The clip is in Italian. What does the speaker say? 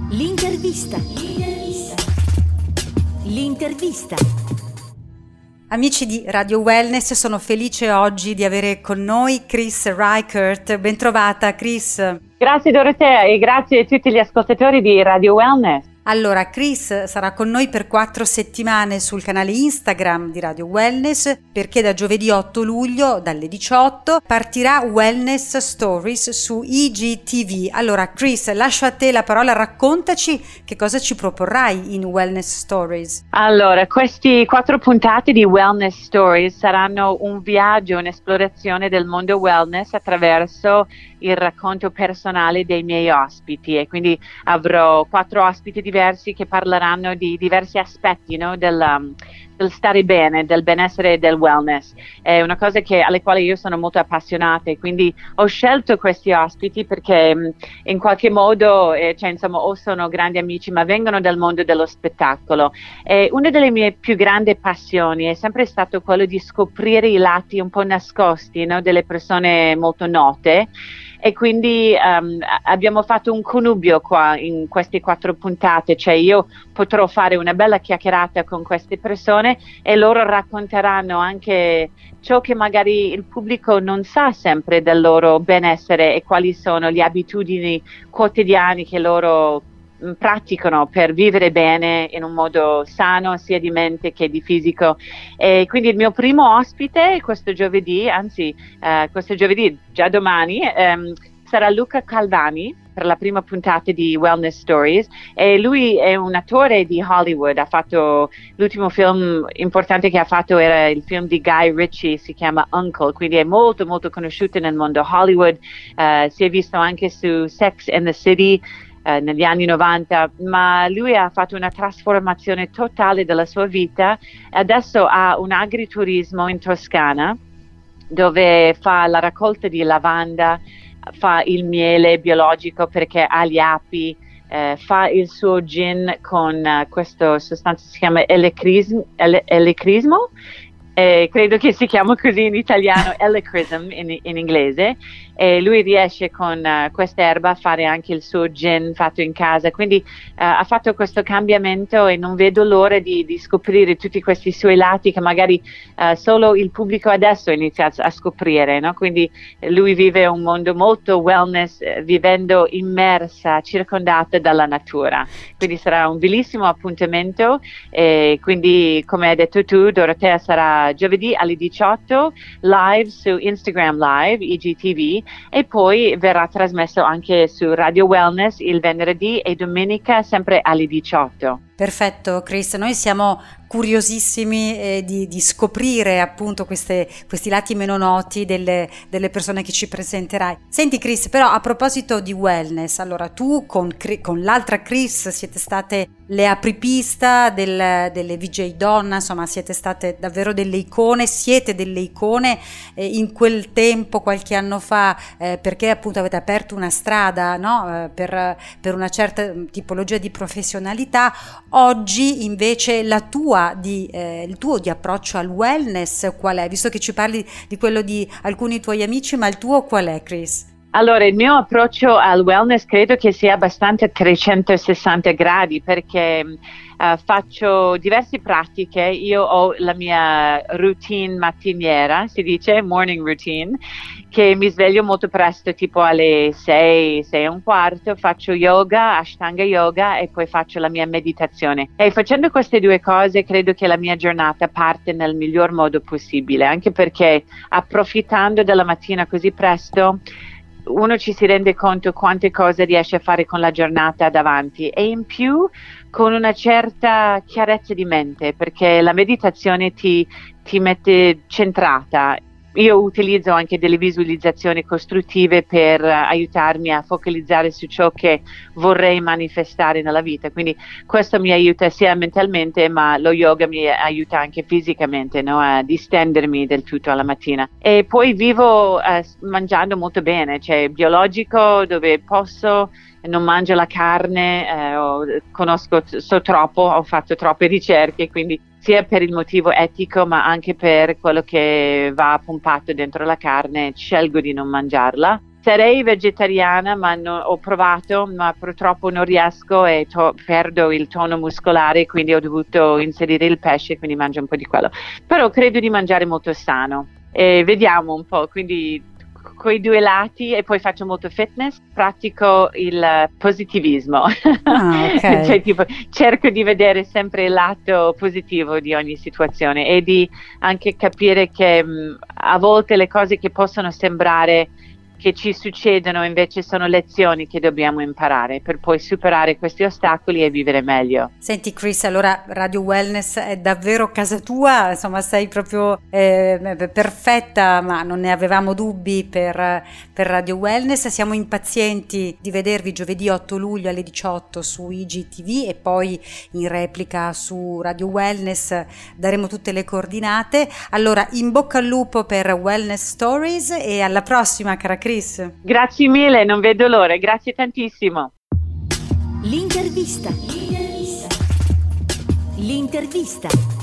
L'intervista. L'intervista. Amici di Radio Wellness, sono felice oggi di avere con noi Chris Reichert. Bentrovata Chris. Grazie Dorotea e grazie a tutti gli ascoltatori di Radio Wellness. Allora, Chris sarà con noi per 4 settimane sul canale Instagram di Radio Wellness, perché da giovedì 8 luglio, dalle 18, partirà Wellness Stories su IGTV. Allora, Chris, lascio a te la parola, raccontaci che cosa ci proporrai in Wellness Stories. Allora, questi 4 puntate di Wellness Stories saranno un viaggio, un'esplorazione del mondo wellness attraverso il racconto personale dei miei ospiti, e quindi avrò 4 ospiti diversi che parleranno di diversi aspetti, no, del stare bene, del benessere e del wellness. È una cosa alle quali io sono molto appassionata, e quindi ho scelto questi ospiti perché in qualche modo o sono grandi amici, ma vengono dal mondo dello spettacolo. E una delle mie più grandi passioni è sempre stato quello di scoprire i lati un po' nascosti, no, delle persone molto note. E quindi abbiamo fatto un connubio qua in queste 4 puntate, cioè io potrò fare una bella chiacchierata con queste persone e loro racconteranno anche ciò che magari il pubblico non sa sempre del loro benessere e quali sono le abitudini quotidiane che loro praticano per vivere bene in un modo sano sia di mente che di fisico. E quindi il mio primo ospite questo giovedì già domani sarà Luca Caldani per la prima puntata di Wellness Stories, e lui è un attore di Hollywood. Ha fatto l'ultimo film importante che ha fatto era il film di Guy Ritchie, si chiama Uncle, quindi è molto molto conosciuto nel mondo Hollywood. Si è visto anche su Sex and the City negli anni 90, ma lui ha fatto una trasformazione totale della sua vita. Adesso ha un agriturismo in Toscana dove fa la raccolta di lavanda, fa il miele biologico perché ha gli api, fa il suo gin con questa sostanza che si chiama elecrismo. Credo che si chiama così in italiano, elecrism in inglese, e lui riesce con questa erba a fare anche il suo gin fatto in casa, quindi ha fatto questo cambiamento e non vedo l'ora di scoprire tutti questi suoi lati che magari solo il pubblico adesso inizia a scoprire, no? Quindi lui vive un mondo molto wellness, vivendo immersa, circondata dalla natura, quindi sarà un bellissimo appuntamento. E quindi, come hai detto tu, Dorotea, sarà giovedì alle 18 live su Instagram Live, IGTV, e poi verrà trasmesso anche su Radio Wellness il venerdì e domenica sempre alle 18. Perfetto Chris, noi siamo curiosissimi di scoprire appunto questi lati meno noti delle persone che ci presenterai. Senti Chris, però a proposito di wellness, allora tu con l'altra Chris siete state le apripista delle VJ Donna, insomma siete state davvero siete delle icone in quel tempo, qualche anno fa, perché appunto avete aperto una strada, no? per una certa tipologia di professionalità. Oggi invece il tuo di approccio al wellness qual è? Visto che ci parli di quello di alcuni tuoi amici, ma il tuo qual è, Chris? Allora, il mio approccio al wellness credo che sia abbastanza 360 gradi, perché faccio diverse pratiche. Io ho la mia routine mattiniera, si dice morning routine, che mi sveglio molto presto, tipo alle 6 e un quarto, faccio yoga, Ashtanga yoga, e poi faccio la mia meditazione. E facendo queste 2 cose credo che la mia giornata parte nel miglior modo possibile, anche perché approfittando della mattina così presto uno ci si rende conto quante cose riesce a fare con la giornata davanti, e in più con una certa chiarezza di mente, perché la meditazione ti mette centrata. Io utilizzo anche delle visualizzazioni costruttive per aiutarmi a focalizzare su ciò che vorrei manifestare nella vita, quindi questo mi aiuta sia mentalmente, ma lo yoga mi aiuta anche fisicamente, no? A distendermi del tutto alla mattina. E poi vivo mangiando molto bene, cioè biologico dove posso, non mangio la carne, ho fatto troppe ricerche, quindi sia per il motivo etico ma anche per quello che va pompato dentro la carne scelgo di non mangiarla. Sarei vegetariana, ma ho provato, ma purtroppo non riesco e perdo il tono muscolare, quindi ho dovuto inserire il pesce, quindi mangio un po' di quello. Però credo di mangiare molto sano e vediamo un po', quindi quei due lati, e poi faccio molto fitness, pratico il positivismo. Okay. Cioè, tipo, cerco di vedere sempre il lato positivo di ogni situazione e di anche capire che a volte le cose che possono sembrare che ci succedono invece sono lezioni che dobbiamo imparare per poi superare questi ostacoli e vivere meglio. Senti Chris, allora Radio Wellness è davvero casa tua, insomma sei proprio perfetta, ma non ne avevamo dubbi per Radio Wellness. Siamo impazienti di vedervi giovedì 8 luglio alle 18 su IGTV e poi in replica su Radio Wellness. Daremo tutte le coordinate. Allora in bocca al lupo per Wellness Stories e alla prossima, cara Chris. Grazie mille, non vedo l'ora, grazie tantissimo. L'intervista.